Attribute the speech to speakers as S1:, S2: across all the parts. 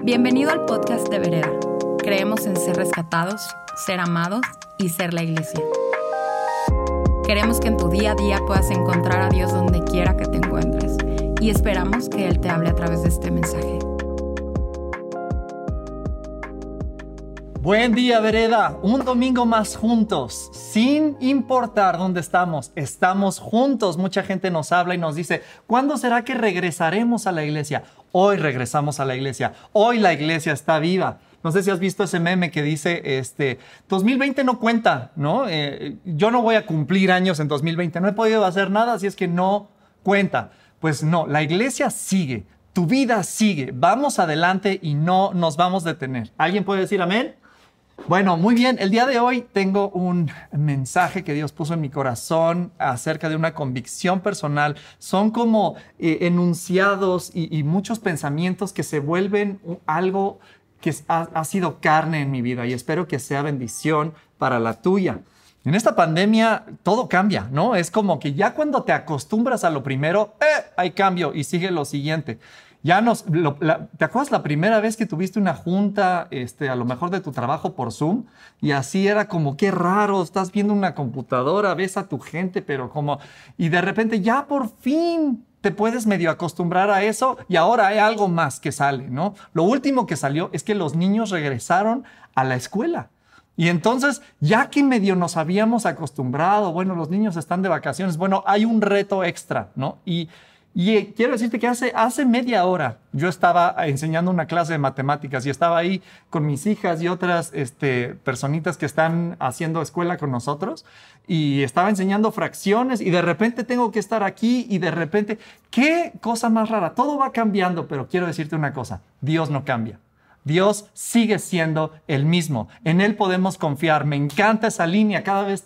S1: Bienvenido al podcast de Vereda. Creemos en ser rescatados, ser amados y ser la iglesia. Queremos que en tu día a día puedas encontrar a Dios donde quiera que te encuentres y esperamos que Él te hable a través de este mensaje.
S2: Buen día, Vereda. Un domingo más juntos, sin importar dónde estamos juntos. Mucha gente nos habla y nos dice, ¿cuándo será que regresaremos a la iglesia? Hoy regresamos a la iglesia. Hoy la iglesia está viva. No sé si has visto ese meme que dice, 2020 no cuenta, ¿no? Yo no voy a cumplir años en 2020. No he podido hacer nada, así es que no cuenta. Pues no, la iglesia sigue. Tu vida sigue. Vamos adelante y no nos vamos a detener. ¿Alguien puede decir amén? Bueno, muy bien. El día de hoy tengo un mensaje que Dios puso en mi corazón acerca de una convicción personal. Son como enunciados y muchos pensamientos que se vuelven algo que ha sido carne en mi vida y espero que sea bendición para la tuya. En esta pandemia todo cambia, ¿no? Es como que ya cuando te acostumbras a lo primero, hay cambio y sigue lo siguiente. ¿Te acuerdas la primera vez que tuviste una junta, a lo mejor de tu trabajo por Zoom? Y así era como, qué raro, estás viendo una computadora, ves a tu gente, pero como... Y de repente ya por fin te puedes medio acostumbrar a eso y ahora hay algo más que sale, ¿no? Lo último que salió es que los niños regresaron a la escuela. Y entonces, ya que medio nos habíamos acostumbrado, bueno, los niños están de vacaciones, bueno, hay un reto extra, ¿no? Y quiero decirte que hace media hora yo estaba enseñando una clase de matemáticas y estaba ahí con mis hijas y otras personitas que están haciendo escuela con nosotros y estaba enseñando fracciones y de repente tengo que estar aquí y de repente, qué cosa más rara, todo va cambiando, pero quiero decirte una cosa, Dios no cambia. Dios sigue siendo el mismo, en Él podemos confiar. Me encanta esa línea cada vez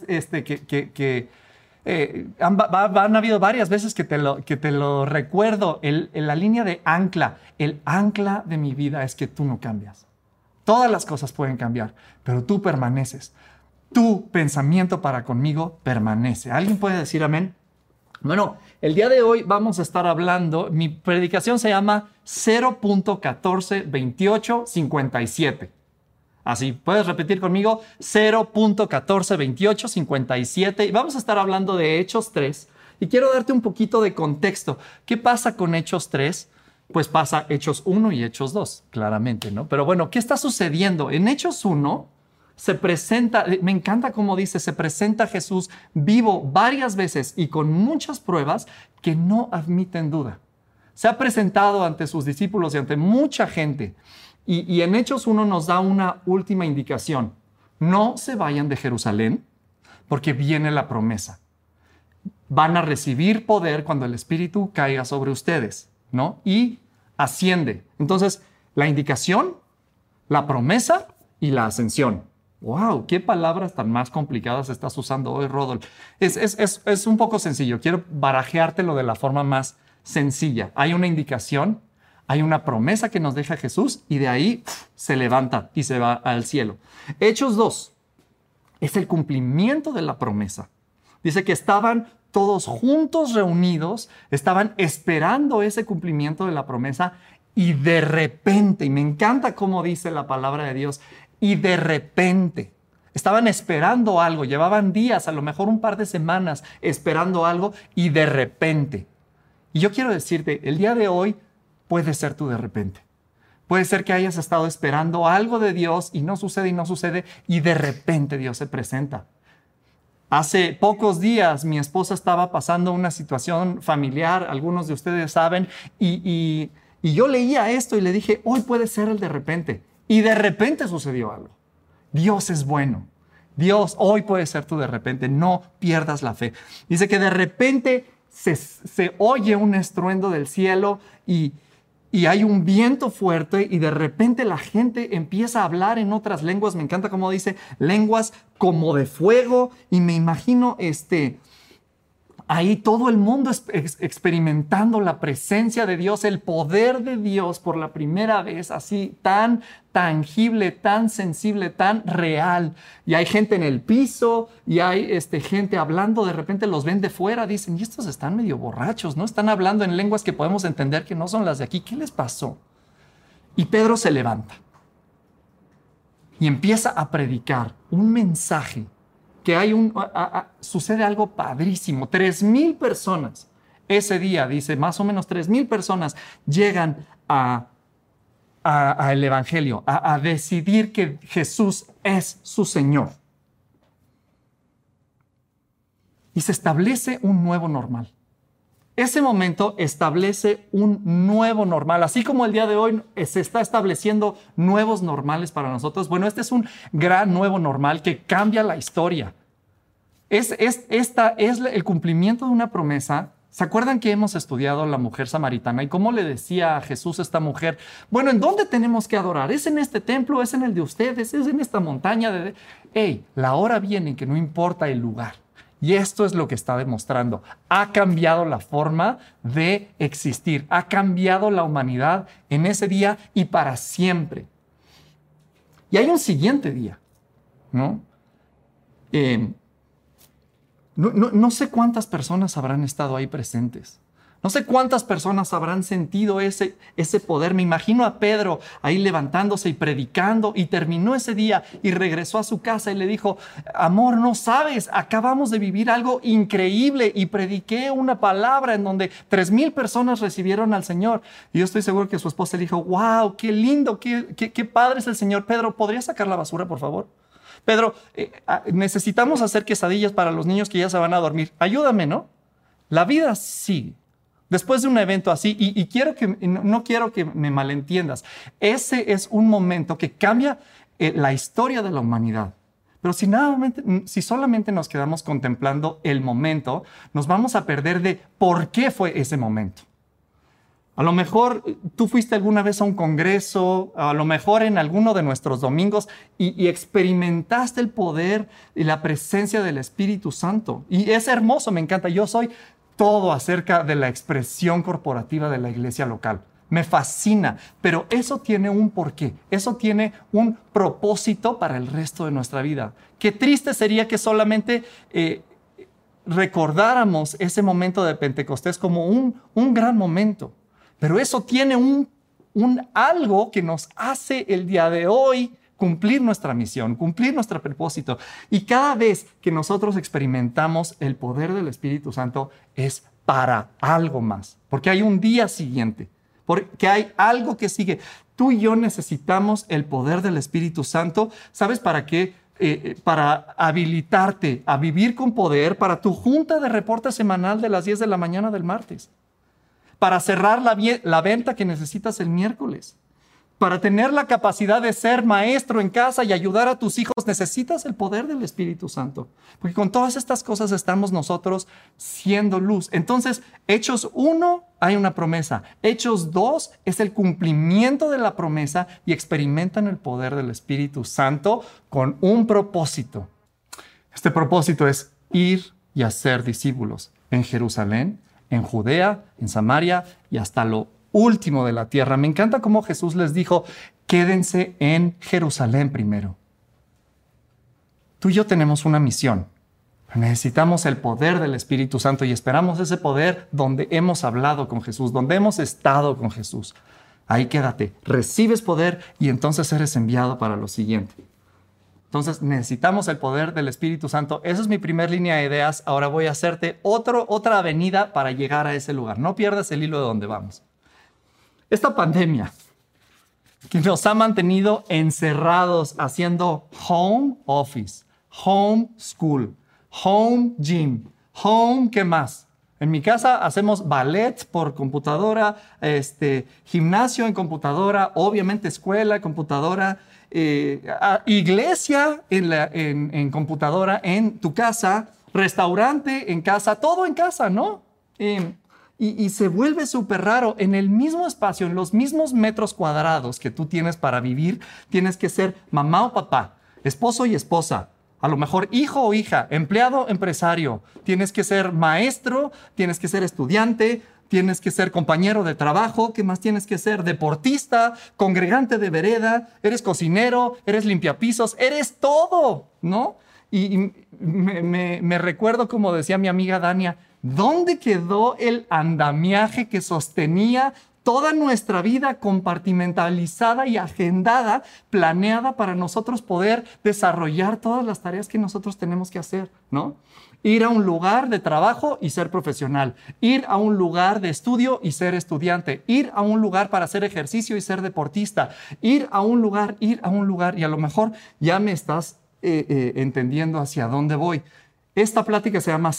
S2: han habido varias veces que te lo recuerdo, la línea de ancla. El ancla de mi vida es que tú no cambias. Todas las cosas pueden cambiar, pero tú permaneces. Tu pensamiento para conmigo permanece. ¿Alguien puede decir amén? Bueno, el día de hoy vamos a estar hablando, mi predicación se llama 0.142857. Así, puedes repetir conmigo, 0.142857. Y vamos a estar hablando de Hechos 3. Y quiero darte un poquito de contexto. ¿Qué pasa con Hechos 3? Pues pasa Hechos 1 y Hechos 2, claramente, ¿no? Pero bueno, ¿qué está sucediendo? En Hechos 1 se presenta, me encanta cómo dice, se presenta Jesús vivo varias veces y con muchas pruebas que no admiten duda. Se ha presentado ante sus discípulos y ante mucha gente. Y en Hechos 1 nos da una última indicación. No se vayan de Jerusalén porque viene la promesa. Van a recibir poder cuando el Espíritu caiga sobre ustedes, ¿no? Y asciende. Entonces, la indicación, la promesa y la ascensión. ¡Wow! ¿Qué palabras tan más complicadas estás usando hoy, Rodolfo? Es un poco sencillo. Quiero barajeártelo de la forma más sencilla. Hay una indicación. Hay una promesa que nos deja Jesús y de ahí se levanta y se va al cielo. Hechos 2 es el cumplimiento de la promesa. Dice que estaban todos juntos reunidos, estaban esperando ese cumplimiento de la promesa y de repente, y me encanta cómo dice la palabra de Dios, y de repente estaban esperando algo, llevaban días, a lo mejor un par de semanas esperando algo y de repente. Y yo quiero decirte, el día de hoy, puede ser tú de repente. Puede ser que hayas estado esperando algo de Dios y no sucede y de repente Dios se presenta. Hace pocos días mi esposa estaba pasando una situación familiar, algunos de ustedes saben, y yo leía esto y le dije, hoy puede ser el de repente. Y de repente sucedió algo. Dios es bueno. Dios, hoy puede ser tú de repente. No pierdas la fe. Dice que de repente se oye un estruendo del cielo y hay un viento fuerte y de repente la gente empieza a hablar en otras lenguas. Me encanta cómo dice, lenguas como de fuego. Y me imagino ahí todo el mundo experimentando la presencia de Dios, el poder de Dios por la primera vez, así tan tangible, tan sensible, tan real. Y hay gente en el piso y hay gente hablando, de repente los ven de fuera, dicen, y estos están medio borrachos, ¿no? Están hablando en lenguas que podemos entender que no son las de aquí. ¿Qué les pasó? Y Pedro se levanta y empieza a predicar un mensaje que sucede algo padrísimo. 3,000 personas ese día, dice, más o menos 3,000 personas llegan al Evangelio, a decidir que Jesús es su Señor. Y se establece un nuevo normal. Ese momento establece un nuevo normal. Así como el día de hoy se está estableciendo nuevos normales para nosotros. Bueno, este es un gran nuevo normal que cambia la historia. Esta es el cumplimiento de una promesa. ¿Se acuerdan que hemos estudiado la mujer samaritana y cómo le decía a Jesús a esta mujer? Bueno, ¿en dónde tenemos que adorar? ¿Es en este templo? ¿Es en el de ustedes? ¿Es en esta montaña? ¡Ey! La hora viene que no importa el lugar. Y esto es lo que está demostrando. Ha cambiado la forma de existir. Ha cambiado la humanidad en ese día y para siempre. Y hay un siguiente día, ¿no? No sé cuántas personas habrán estado ahí presentes. No sé cuántas personas habrán sentido ese poder. Me imagino a Pedro ahí levantándose y predicando, y terminó ese día y regresó a su casa y le dijo: amor, no sabes, acabamos de vivir algo increíble y prediqué una palabra en donde 3,000 personas recibieron al Señor. Y yo estoy seguro que su esposa le dijo: wow, qué lindo, qué padre es el Señor. Pedro, ¿podrías sacar la basura, por favor? Pedro, necesitamos hacer quesadillas para los niños que ya se van a dormir. Ayúdame, ¿no? La vida sigue. Después de un evento así, y no quiero que me malentiendas, ese es un momento que cambia la historia de la humanidad. Pero si solamente nos quedamos contemplando el momento, nos vamos a perder de por qué fue ese momento. A lo mejor tú fuiste alguna vez a un congreso, a lo mejor en alguno de nuestros domingos, y experimentaste el poder y la presencia del Espíritu Santo. Y es hermoso, me encanta. Yo soy todo acerca de la expresión corporativa de la iglesia local. Me fascina, pero eso tiene un porqué, eso tiene un propósito para el resto de nuestra vida. Qué triste sería que solamente recordáramos ese momento de Pentecostés como un gran momento, pero eso tiene un algo que nos hace el día de hoy cumplir nuestra misión, cumplir nuestro propósito. Y cada vez que nosotros experimentamos el poder del Espíritu Santo es para algo más, porque hay un día siguiente, porque hay algo que sigue. Tú y yo necesitamos el poder del Espíritu Santo. ¿Sabes para qué? Para habilitarte a vivir con poder para tu junta de reporte semanal de las 10 de la mañana del martes, para cerrar la venta que necesitas el miércoles. Para tener la capacidad de ser maestro en casa y ayudar a tus hijos, necesitas el poder del Espíritu Santo. Porque con todas estas cosas estamos nosotros siendo luz. Entonces, Hechos 1, hay una promesa. Hechos 2 es el cumplimiento de la promesa y experimentan el poder del Espíritu Santo con un propósito. Este propósito es ir y hacer discípulos en Jerusalén, en Judea, en Samaria y hasta lo último de la tierra. Me encanta cómo Jesús les dijo: quédense en Jerusalén primero. Tú y yo tenemos una misión. Necesitamos el poder del Espíritu Santo y esperamos ese poder donde hemos hablado con Jesús, donde hemos estado con Jesús. Ahí quédate, recibes poder y entonces eres enviado para lo siguiente. Entonces necesitamos el poder del Espíritu Santo. Esa es mi primer línea de ideas. Ahora voy a hacerte otra avenida para llegar a ese lugar. No pierdas el hilo de donde vamos. Esta pandemia que nos ha mantenido encerrados haciendo home office, home school, home gym, home, ¿qué más? En mi casa hacemos ballet por computadora, gimnasio en computadora, obviamente escuela, computadora, iglesia en computadora, en tu casa, restaurante en casa, todo en casa, ¿no? Y se vuelve súper raro. En el mismo espacio, en los mismos metros cuadrados que tú tienes para vivir, tienes que ser mamá o papá, esposo y esposa, a lo mejor hijo o hija, empleado, empresario. Tienes que ser maestro, tienes que ser estudiante, tienes que ser compañero de trabajo. ¿Qué más tienes que ser? Deportista, congregante de vereda, eres cocinero, eres limpiapisos, eres todo, ¿no? Y me recuerdo, como decía mi amiga Dania, ¿dónde quedó el andamiaje que sostenía toda nuestra vida compartimentalizada y agendada, planeada para nosotros poder desarrollar todas las tareas que nosotros tenemos que hacer, ¿no? Ir a un lugar de trabajo y ser profesional. Ir a un lugar de estudio y ser estudiante. Ir a un lugar para hacer ejercicio y ser deportista. Ir a un lugar. Y a lo mejor ya me estás entendiendo hacia dónde voy. Esta plática se llama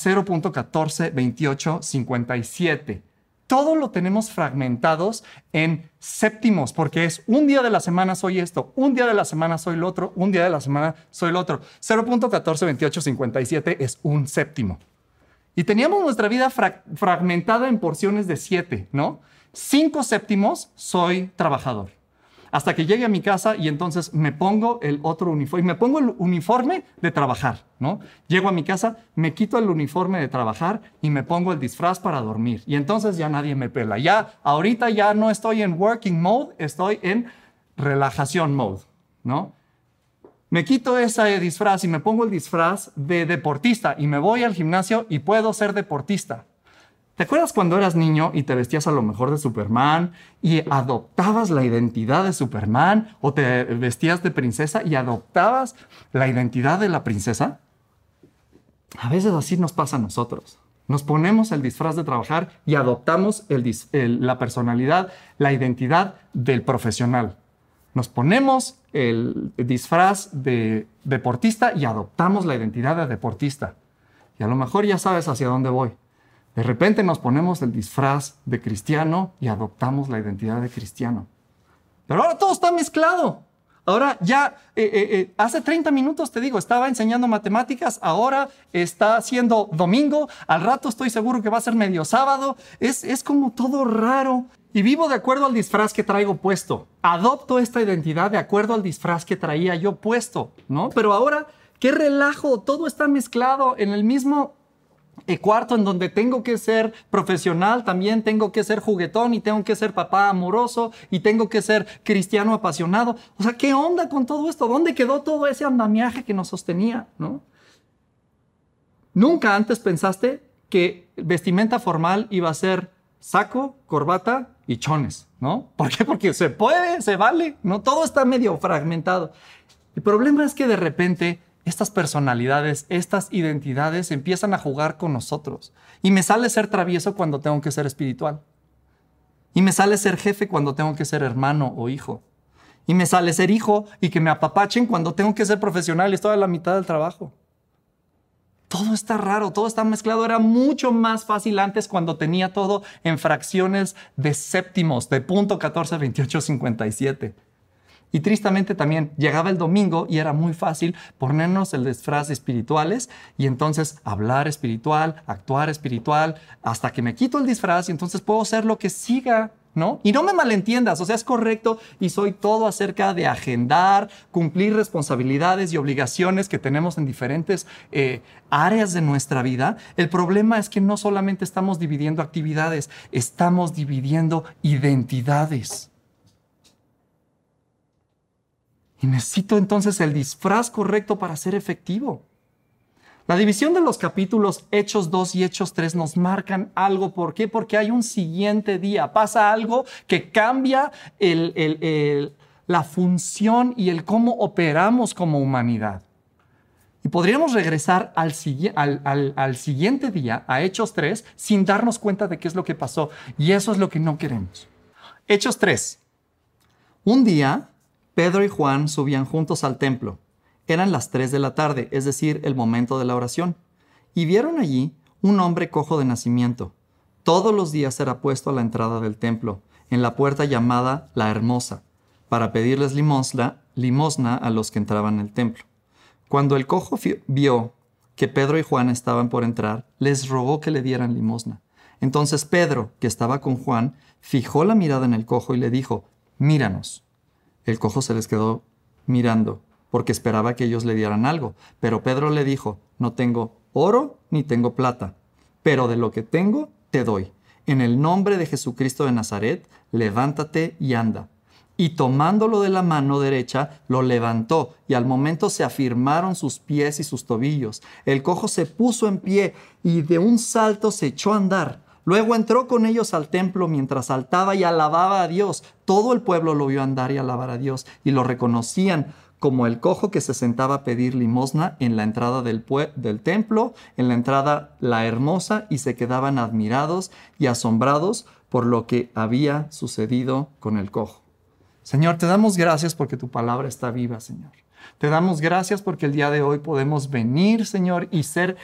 S2: 0.142857. Todo lo tenemos fragmentados en séptimos, porque es un día de la semana soy esto, un día de la semana soy lo otro, un día de la semana soy lo otro. 0.142857 es un séptimo. Y teníamos nuestra vida fragmentada en porciones de 7, ¿no? 5 séptimos soy trabajador. Hasta que llegue a mi casa y entonces me pongo el otro uniforme, me pongo el uniforme de trabajar, ¿no? Llego a mi casa, me quito el uniforme de trabajar y me pongo el disfraz para dormir. Y entonces ya nadie me pela. Ya, ahorita ya no estoy en working mode, estoy en relajación mode, ¿no? Me quito ese disfraz y me pongo el disfraz de deportista y me voy al gimnasio y puedo ser deportista. ¿Te acuerdas cuando eras niño y te vestías a lo mejor de Superman y adoptabas la identidad de Superman, o te vestías de princesa y adoptabas la identidad de la princesa? A veces así nos pasa a nosotros. Nos ponemos el disfraz de trabajar y adoptamos la personalidad, la identidad del profesional. Nos ponemos el disfraz de deportista y adoptamos la identidad de deportista. Y a lo mejor ya sabes hacia dónde voy. De repente nos ponemos el disfraz de cristiano y adoptamos la identidad de cristiano. Pero ahora todo está mezclado. Ahora ya, hace 30 minutos te digo, estaba enseñando matemáticas, ahora está siendo domingo, al rato estoy seguro que va a ser medio sábado. Es como todo raro. Y vivo de acuerdo al disfraz que traigo puesto. Adopto esta identidad de acuerdo al disfraz que traía yo puesto, ¿no? Pero ahora, qué relajo, todo está mezclado en el mismo cuarto en donde tengo que ser profesional, también tengo que ser juguetón y tengo que ser papá amoroso y tengo que ser cristiano apasionado. O sea, ¿qué onda con todo esto? ¿Dónde quedó todo ese andamiaje que nos sostenía, ¿no? Nunca antes pensaste que vestimenta formal iba a ser saco, corbata y chones, ¿no? ¿Por qué? Porque se puede, se vale, ¿no? Todo está medio fragmentado. El problema es que de repente estas personalidades, estas identidades empiezan a jugar con nosotros. Y me sale ser travieso cuando tengo que ser espiritual. Y me sale ser jefe cuando tengo que ser hermano o hijo. Y me sale ser hijo y que me apapachen cuando tengo que ser profesional y estoy a la mitad del trabajo. Todo está raro, todo está mezclado. Era mucho más fácil antes cuando tenía todo en fracciones de séptimos, de 0.142857. Y tristemente también llegaba el domingo y era muy fácil ponernos el disfraz de espirituales y entonces hablar espiritual, actuar espiritual, hasta que me quito el disfraz y entonces puedo ser lo que siga, ¿no? Y no me malentiendas, o sea, es correcto y soy todo acerca de agendar, cumplir responsabilidades y obligaciones que tenemos en diferentes áreas de nuestra vida. El problema es que no solamente estamos dividiendo actividades, estamos dividiendo identidades. Y necesito entonces el disfraz correcto para ser efectivo. La división de los capítulos Hechos 2 y Hechos 3 nos marcan algo. ¿Por qué? Porque hay un siguiente día. Pasa algo que cambia la función y el cómo operamos como humanidad. Y podríamos regresar al siguiente día, a Hechos 3, sin darnos cuenta de qué es lo que pasó. Y eso es lo que no queremos. Hechos 3. Un día, Pedro y Juan subían juntos al templo. Eran las 3 de la tarde, es decir, el momento de la oración. Y vieron allí un hombre cojo de nacimiento. Todos los días era puesto a la entrada del templo, en la puerta llamada La Hermosa, para pedirles limosna a los que entraban en el templo. Cuando el cojo vio que Pedro y Juan estaban por entrar, les rogó que le dieran limosna. Entonces Pedro, que estaba con Juan, fijó la mirada en el cojo y le dijo: «Míranos». El cojo se les quedó mirando, porque esperaba que ellos le dieran algo. Pero Pedro le dijo: «No tengo oro ni tengo plata, pero de lo que tengo te doy. En el nombre de Jesucristo de Nazaret, levántate y anda». Y tomándolo de la mano derecha, lo levantó, y al momento se afirmaron sus pies y sus tobillos. El cojo se puso en pie y de un salto se echó a andar. Luego entró con ellos al templo mientras saltaba y alababa a Dios. Todo el pueblo lo vio andar y alabar a Dios y lo reconocían como el cojo que se sentaba a pedir limosna en la entrada del templo, en la entrada la hermosa, y se quedaban admirados y asombrados por lo que había sucedido con el cojo. Señor, te damos gracias porque tu palabra está viva, Señor. Te damos gracias porque el día de hoy podemos venir, Señor, y ser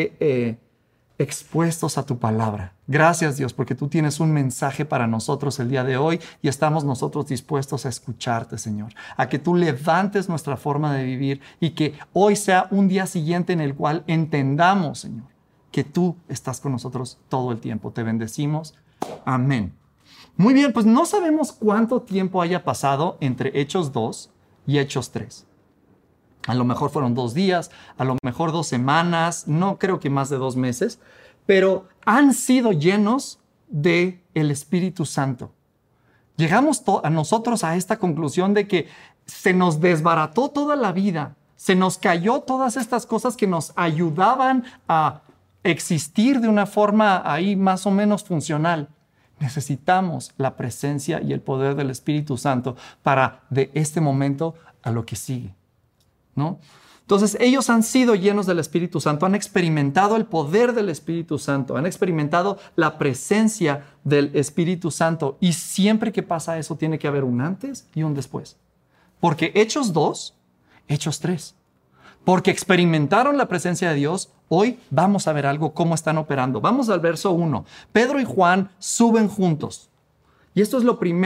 S2: expuestos a tu palabra. Gracias, Dios, porque tú tienes un mensaje para nosotros el día de hoy y estamos nosotros dispuestos a escucharte, Señor. A que tú levantes nuestra forma de vivir y que hoy sea un día siguiente en el cual entendamos, Señor, que tú estás con nosotros todo el tiempo. Te bendecimos. Amén. Muy bien, pues no sabemos cuánto tiempo haya pasado entre Hechos 2 y Hechos 3. A lo mejor fueron 2 días, a lo mejor 2 semanas, no creo que más de 2 meses, pero han sido llenos del Espíritu Santo. Llegamos nosotros a esta conclusión de que se nos desbarató toda la vida, se nos cayó todas estas cosas que nos ayudaban a existir de una forma ahí más o menos funcional. Necesitamos la presencia y el poder del Espíritu Santo para de este momento a lo que sigue, ¿no? Entonces, ellos han sido llenos del Espíritu Santo, han experimentado el poder del Espíritu Santo, han experimentado la presencia del Espíritu Santo. Y siempre que pasa eso, tiene que haber un antes y un después. Porque Hechos 2, Hechos 3. Porque experimentaron la presencia de Dios, hoy vamos a ver algo, cómo están operando. Vamos al verso 1. Pedro y Juan suben juntos. Y esto es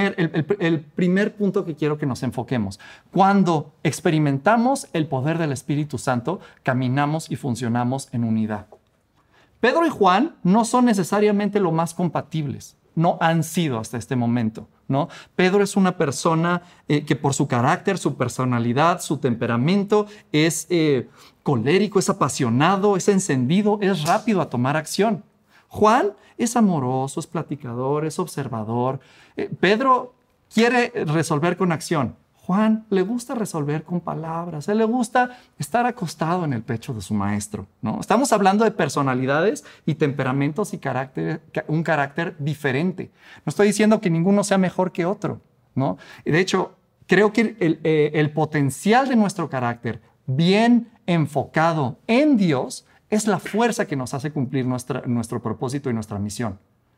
S2: el primer punto que quiero que nos enfoquemos. Cuando experimentamos el poder del Espíritu Santo, caminamos y funcionamos en unidad. Pedro y Juan no son necesariamente lo más compatibles. No han sido hasta este momento, ¿no? Pedro es una persona que por su carácter, su personalidad, su temperamento, es colérico, es apasionado, es encendido, es rápido a tomar acción. Juan es amoroso, es platicador, es observador. Pedro quiere resolver con acción. Juan le gusta resolver con palabras. A él le gusta estar acostado en el pecho de su maestro, ¿no? Estamos hablando de personalidades y temperamentos y un carácter diferente. No estoy diciendo que ninguno sea mejor que otro, ¿no? De hecho, creo que el potencial de nuestro carácter bien enfocado en Dios es la fuerza que nos hace cumplir nuestro propósito y nuestra misión.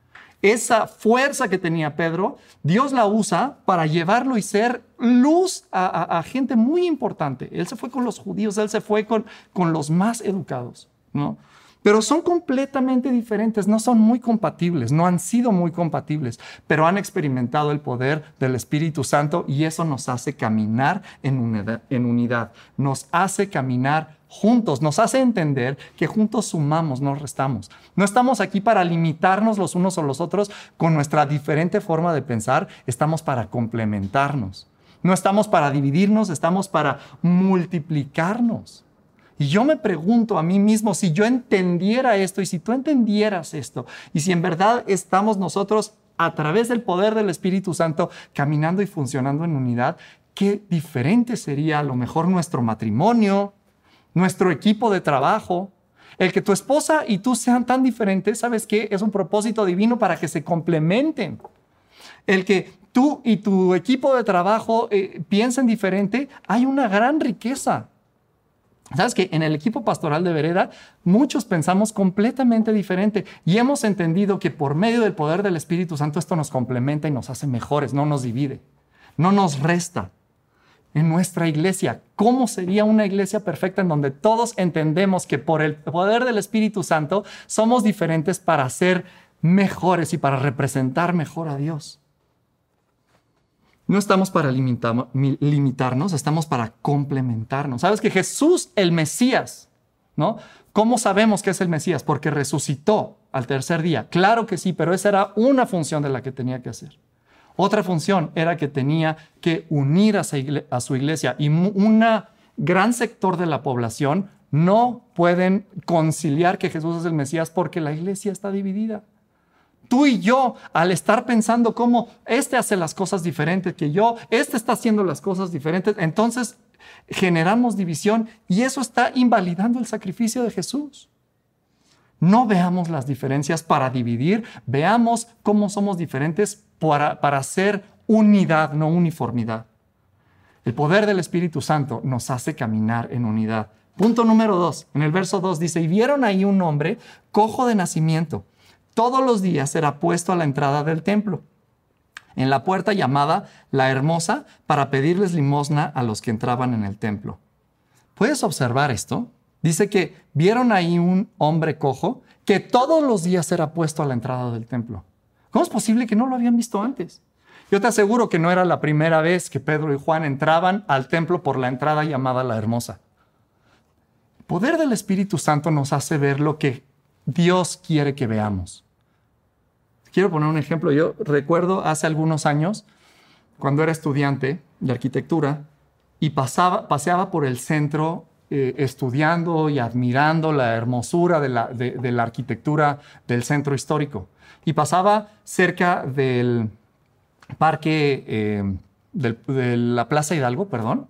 S2: Esa fuerza que tenía Pedro, Dios la usa para llevarlo y ser luz a gente muy importante. Él se fue con los judíos, él se fue con los más educados, ¿no? Pero son completamente diferentes, no son muy compatibles, no han sido muy compatibles, pero han experimentado el poder del Espíritu Santo y eso nos hace caminar en unidad, nos hace caminar juntos, nos hace entender que juntos sumamos, no restamos. No estamos aquí para limitarnos los unos o los otros con nuestra diferente forma de pensar, estamos para complementarnos. No estamos para dividirnos, estamos para multiplicarnos. Y yo me pregunto a mí mismo, si yo entendiera esto y si tú entendieras esto, y si en verdad estamos nosotros a través del poder del Espíritu Santo caminando y funcionando en unidad, qué diferente sería a lo mejor nuestro matrimonio, nuestro equipo de trabajo. El que tu esposa y tú sean tan diferentes, ¿sabes qué? Es un propósito divino para que se complementen. El que tú y tu equipo de trabajo piensen diferente, hay una gran riqueza. ¿Sabes qué? En el equipo pastoral de Vereda, muchos pensamos completamente diferente y hemos entendido que por medio del poder del Espíritu Santo esto nos complementa y nos hace mejores, no nos divide, no nos resta. En nuestra iglesia, ¿cómo sería una iglesia perfecta en donde todos entendemos que por el poder del Espíritu Santo somos diferentes para ser mejores y para representar mejor a Dios? No estamos para limitarnos, estamos para complementarnos. ¿Sabes que Jesús, el Mesías, ¿no? ¿Cómo sabemos que es el Mesías? Porque resucitó al tercer día. Claro que sí, pero esa era una función de la que tenía que hacer. Otra función era que tenía que unir a su iglesia y un gran sector de la población no pueden conciliar que Jesús es el Mesías porque la iglesia está dividida. Tú y yo, al estar pensando cómo este hace las cosas diferentes que yo, este está haciendo las cosas diferentes, entonces generamos división y eso está invalidando el sacrificio de Jesús. No veamos las diferencias para dividir, veamos cómo somos diferentes para hacer unidad, no uniformidad. El poder del Espíritu Santo nos hace caminar en unidad. Punto número 2. En el verso 2 dice, y vieron ahí un hombre cojo de nacimiento. Todos los días era puesto a la entrada del templo, en la puerta llamada La Hermosa, para pedirles limosna a los que entraban en el templo. ¿Puedes observar esto? Dice que vieron ahí un hombre cojo que todos los días era puesto a la entrada del templo. ¿Cómo es posible que no lo habían visto antes? Yo te aseguro que no era la primera vez que Pedro y Juan entraban al templo por la entrada llamada La Hermosa. El poder del Espíritu Santo nos hace ver lo que Dios quiere que veamos. Quiero poner un ejemplo. Yo recuerdo hace algunos años, cuando era estudiante de arquitectura, y paseaba por el centro estudiando y admirando la hermosura de la arquitectura del centro histórico. Y pasaba cerca del parque de la Plaza Hidalgo,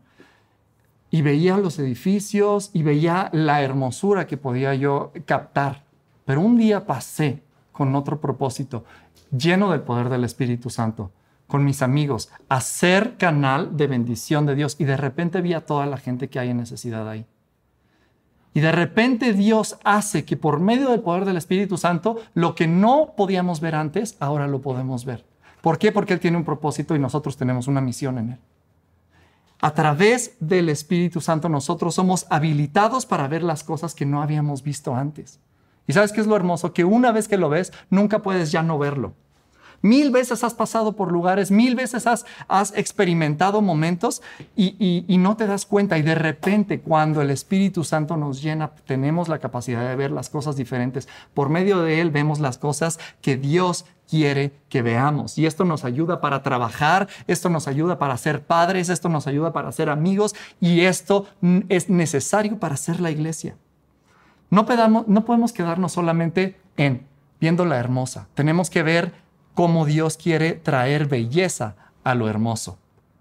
S2: y veía los edificios y veía la hermosura que podía yo captar. Pero un día pasé con otro propósito, lleno del poder del Espíritu Santo, con mis amigos, a ser canal de bendición de Dios. Y de repente vi a toda la gente que hay en necesidad ahí. Y de repente Dios hace que por medio del poder del Espíritu Santo, lo que no podíamos ver antes, ahora lo podemos ver. ¿Por qué? Porque Él tiene un propósito y nosotros tenemos una misión en Él. A través del Espíritu Santo nosotros somos habilitados para ver las cosas que no habíamos visto antes. ¿Y sabes qué es lo hermoso? Que una vez que lo ves, nunca puedes ya no verlo. 1000 veces has pasado por lugares, 1000 veces has experimentado momentos y no te das cuenta. Y de repente, cuando el Espíritu Santo nos llena, tenemos la capacidad de ver las cosas diferentes. Por medio de Él vemos las cosas que Dios quiere que veamos. Y esto nos ayuda para trabajar, esto nos ayuda para ser padres, esto nos ayuda para ser amigos, y esto es necesario para ser la iglesia. No podemos quedarnos solamente en viendo la hermosa. Tenemos que ver cómo Dios quiere traer belleza a lo hermoso.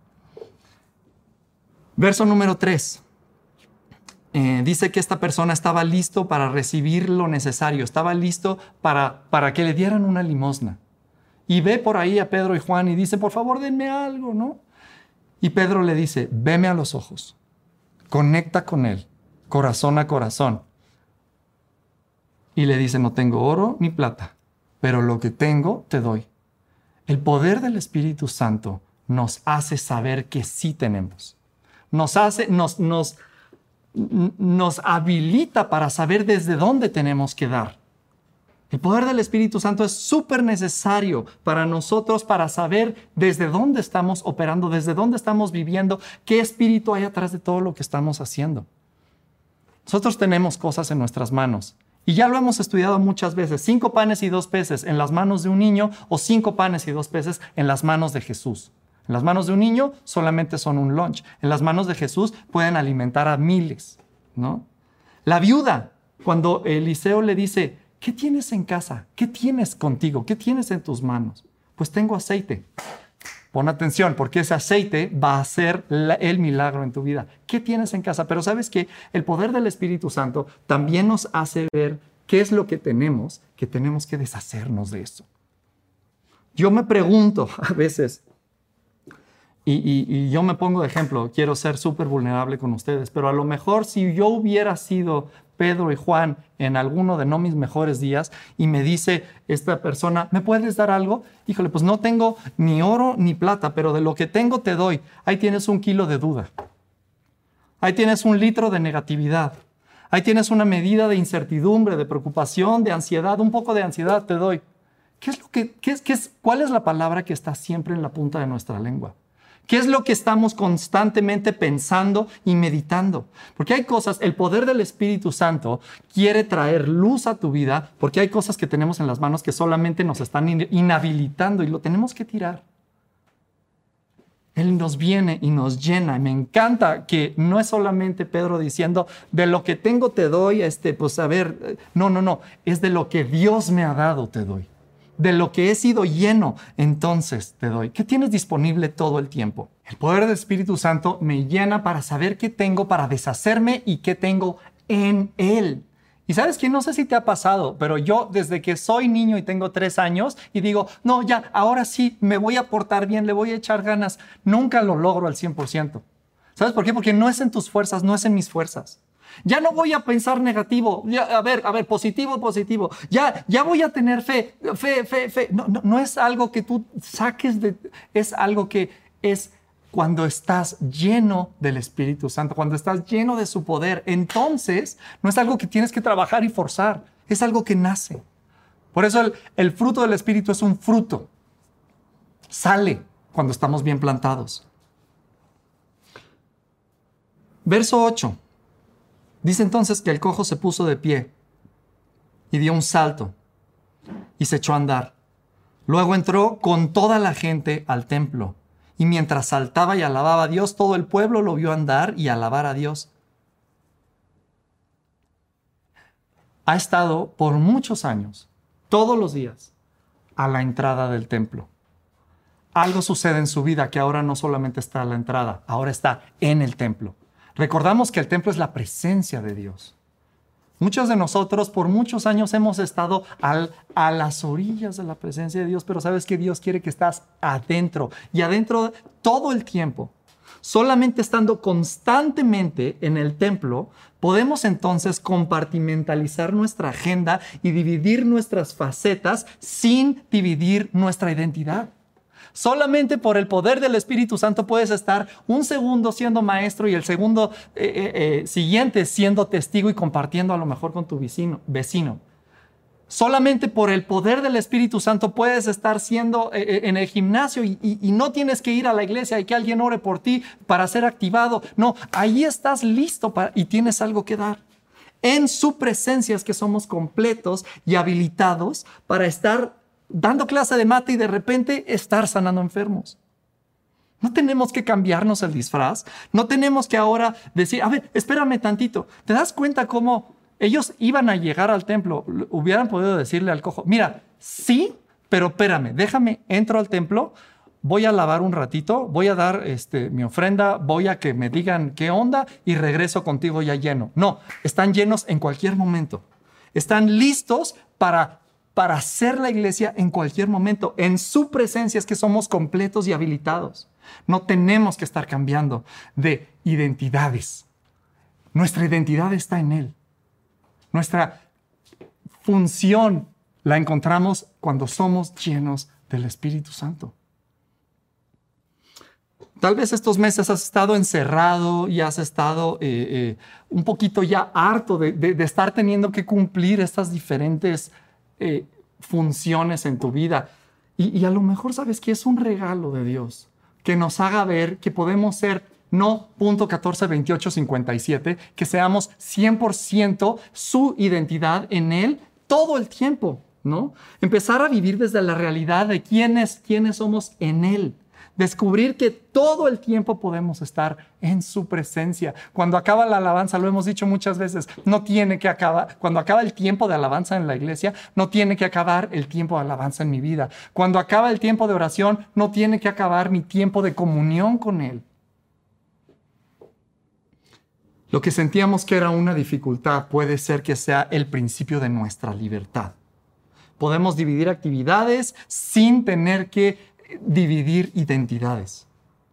S2: Verso número 3. Dice que esta persona estaba listo para recibir lo necesario, estaba listo para que le dieran una limosna. Y ve por ahí a Pedro y Juan y dice, por favor, denme algo, ¿no? Y Pedro le dice, veme a los ojos, conecta con él, corazón a corazón. Y le dice, no tengo oro ni plata, pero lo que tengo te doy. El poder del Espíritu Santo nos hace saber que sí tenemos. Nos habilita para saber desde dónde tenemos que dar. El poder del Espíritu Santo es súper necesario para nosotros, para saber desde dónde estamos operando, desde dónde estamos viviendo, qué espíritu hay atrás de todo lo que estamos haciendo. Nosotros tenemos cosas en nuestras manos. Y ya lo hemos estudiado muchas veces. 5 panes y 2 peces en las manos de un niño, o 5 panes y 2 peces en las manos de Jesús. En las manos de un niño solamente son un lunch. En las manos de Jesús pueden alimentar a miles, ¿no? La viuda, cuando Eliseo le dice, ¿qué tienes en casa? ¿Qué tienes contigo? ¿Qué tienes en tus manos? Pues tengo aceite. Pon atención, porque ese aceite va a ser el milagro en tu vida. ¿Qué tienes en casa? Pero ¿sabes qué? El poder del Espíritu Santo también nos hace ver qué es lo que tenemos que deshacernos de eso. Yo me pregunto a veces, y yo me pongo de ejemplo, quiero ser súper vulnerable con ustedes, pero a lo mejor si yo hubiera sido Pedro y Juan en alguno de no mis mejores días y me dice esta persona, ¿me puedes dar algo? Híjole, pues no tengo ni oro ni plata, pero de lo que tengo te doy. Ahí tienes 1 kilo de duda. Ahí tienes 1 litro de negatividad. Ahí tienes una medida de incertidumbre, de preocupación, de ansiedad. Un poco de ansiedad te doy. ¿Cuál es la palabra que está siempre en la punta de nuestra lengua? ¿Qué es lo que estamos constantemente pensando y meditando? Porque hay cosas, el poder del Espíritu Santo quiere traer luz a tu vida, porque hay cosas que tenemos en las manos que solamente nos están inhabilitando y lo tenemos que tirar. Él nos viene y nos llena. Me encanta que no es solamente Pedro diciendo, de lo que tengo te doy, pues a ver, no, es de lo que Dios me ha dado te doy. De lo que he sido lleno, entonces te doy. ¿Qué tienes disponible todo el tiempo? El poder del Espíritu Santo me llena para saber qué tengo para deshacerme y qué tengo en Él. Y sabes que no sé si te ha pasado, pero yo desde que soy niño y tengo 3 años y digo, no, ya, ahora sí, me voy a portar bien, le voy a echar ganas, nunca lo logro al 100%. ¿Sabes por qué? Porque no es en tus fuerzas, no es en mis fuerzas. Ya no voy a pensar negativo, ya, a ver, positivo, positivo. Ya voy a tener fe. No es algo que tú saques es algo que es cuando estás lleno del Espíritu Santo, cuando estás lleno de su poder. Entonces, no es algo que tienes que trabajar y forzar, es algo que nace. Por eso el fruto del Espíritu es un fruto. Sale cuando estamos bien plantados. Verso 8. Dice entonces que el cojo se puso de pie y dio un salto y se echó a andar. Luego entró con toda la gente al templo y mientras saltaba y alababa a Dios, todo el pueblo lo vio andar y alabar a Dios. Ha estado por muchos años, todos los días, a la entrada del templo. Algo sucede en su vida que ahora no solamente está a la entrada, ahora está en el templo. Recordamos que el templo es la presencia de Dios. Muchos de nosotros por muchos años hemos estado a las orillas de la presencia de Dios, pero sabes que Dios quiere que estás adentro y adentro todo el tiempo. Solamente estando constantemente en el templo, podemos entonces compartimentalizar nuestra agenda y dividir nuestras facetas sin dividir nuestra identidad. Solamente por el poder del Espíritu Santo puedes estar un segundo siendo maestro y el segundo siguiente siendo testigo y compartiendo a lo mejor con tu vecino. Solamente por el poder del Espíritu Santo puedes estar siendo en el gimnasio y no tienes que ir a la iglesia y que alguien ore por ti para ser activado. No, ahí estás listo y tienes algo que dar. En su presencia es que somos completos y habilitados para estar dando clase de mate y de repente estar sanando enfermos. No tenemos que cambiarnos el disfraz. No tenemos que ahora decir, a ver, espérame tantito. ¿Te das cuenta cómo ellos iban a llegar al templo? Hubieran podido decirle al cojo, mira, sí, pero espérame, déjame, entro al templo, voy a lavar un ratito, voy a dar mi ofrenda, voy a que me digan qué onda y regreso contigo ya lleno. No, están llenos en cualquier momento. Están listos para hacer la iglesia en cualquier momento. En su presencia es que somos completos y habilitados. No tenemos que estar cambiando de identidades. Nuestra identidad está en Él. Nuestra función la encontramos cuando somos llenos del Espíritu Santo. Tal vez estos meses has estado encerrado y has estado un poquito ya harto de estar teniendo que cumplir estas diferentes funciones en tu vida. Y a lo mejor sabes que es un regalo de Dios que nos haga ver que podemos ser no .14, 28, 57, que seamos 100% su identidad en Él todo el tiempo, ¿no? Empezar a vivir desde la realidad de quiénes somos en Él. Descubrir que todo el tiempo podemos estar en su presencia. Cuando acaba la alabanza, lo hemos dicho muchas veces, no tiene que acabar. Cuando acaba el tiempo de alabanza en la iglesia, no tiene que acabar el tiempo de alabanza en mi vida. Cuando acaba el tiempo de oración, no tiene que acabar mi tiempo de comunión con Él. Lo que sentíamos que era una dificultad puede ser que sea el principio de nuestra libertad. Podemos dividir actividades sin tener que dividir identidades.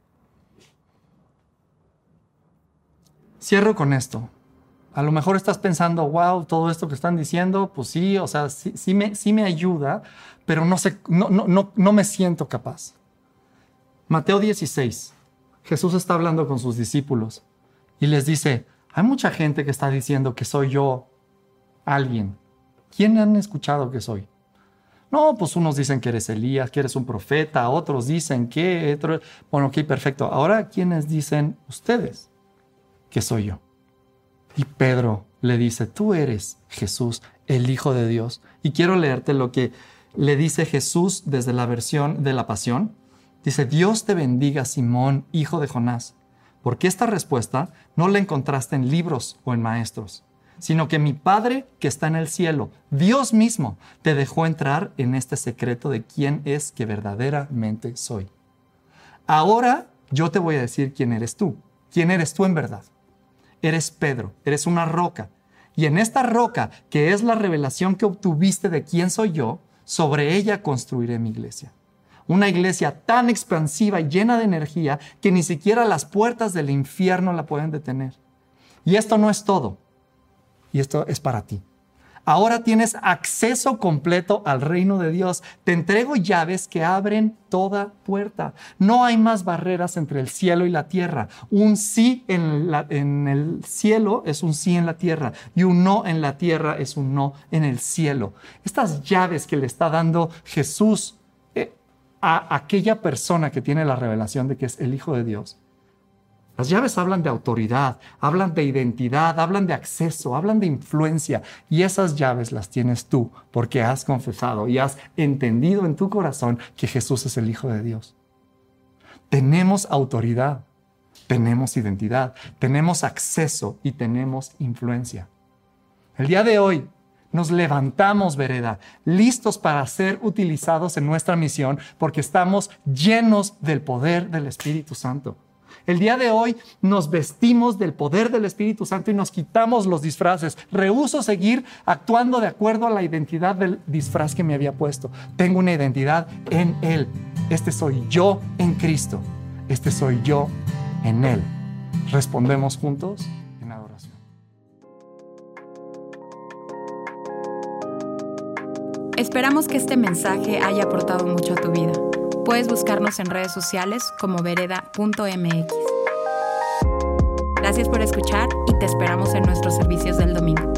S2: Cierro con esto. A lo mejor estás pensando, wow, todo esto que están diciendo, pues sí, o sea, sí me ayuda, pero no me siento capaz. Mateo 16. Jesús está hablando con sus discípulos y les dice, hay mucha gente que está diciendo que soy yo alguien. ¿Quién han escuchado que soy? No, pues unos dicen que eres Elías, que eres un profeta, otros dicen que... Bueno, ok, perfecto. Ahora, ¿quiénes dicen ustedes que soy yo? Y Pedro le dice, tú eres Jesús, el Hijo de Dios. Y quiero leerte lo que le dice Jesús desde la versión de la Pasión. Dice, Dios te bendiga, Simón, hijo de Jonás, porque esta respuesta no la encontraste en libros o en maestros, sino que mi Padre que está en el cielo, Dios mismo, te dejó entrar en este secreto de quién es que verdaderamente soy. Ahora yo te voy a decir quién eres tú en verdad. Eres Pedro, eres una roca, Y en esta roca, que es la revelación que obtuviste de quién soy yo, sobre ella construiré mi iglesia. Una iglesia tan expansiva y llena de energía que ni siquiera las puertas del infierno la pueden detener. Y esto no es todo. Y esto es para ti. Ahora tienes acceso completo al reino de Dios. Te entrego llaves que abren toda puerta. No hay más barreras entre el cielo y la tierra. Un sí en el cielo es un sí en la tierra. Y un no en la tierra es un no en el cielo. Estas llaves que le está dando Jesús a aquella persona que tiene la revelación de que es el Hijo de Dios. Las llaves hablan de autoridad, hablan de identidad, hablan de acceso, hablan de influencia. Y esas llaves las tienes tú porque has confesado y has entendido en tu corazón que Jesús es el Hijo de Dios. Tenemos autoridad, tenemos identidad, tenemos acceso y tenemos influencia. El día de hoy nos levantamos, Vereda, listos para ser utilizados en nuestra misión porque estamos llenos del poder del Espíritu Santo. El día de hoy nos vestimos del poder del Espíritu Santo y nos quitamos los disfraces. Rehúso seguir actuando de acuerdo a la identidad del disfraz que me había puesto. Tengo una identidad en Él. Este soy yo en Cristo. Este soy yo en Él. Respondemos juntos en adoración.
S1: Esperamos que este mensaje haya aportado mucho a tu vida. Puedes buscarnos en redes sociales como vereda.mx. Gracias por escuchar y te esperamos en nuestros servicios del domingo.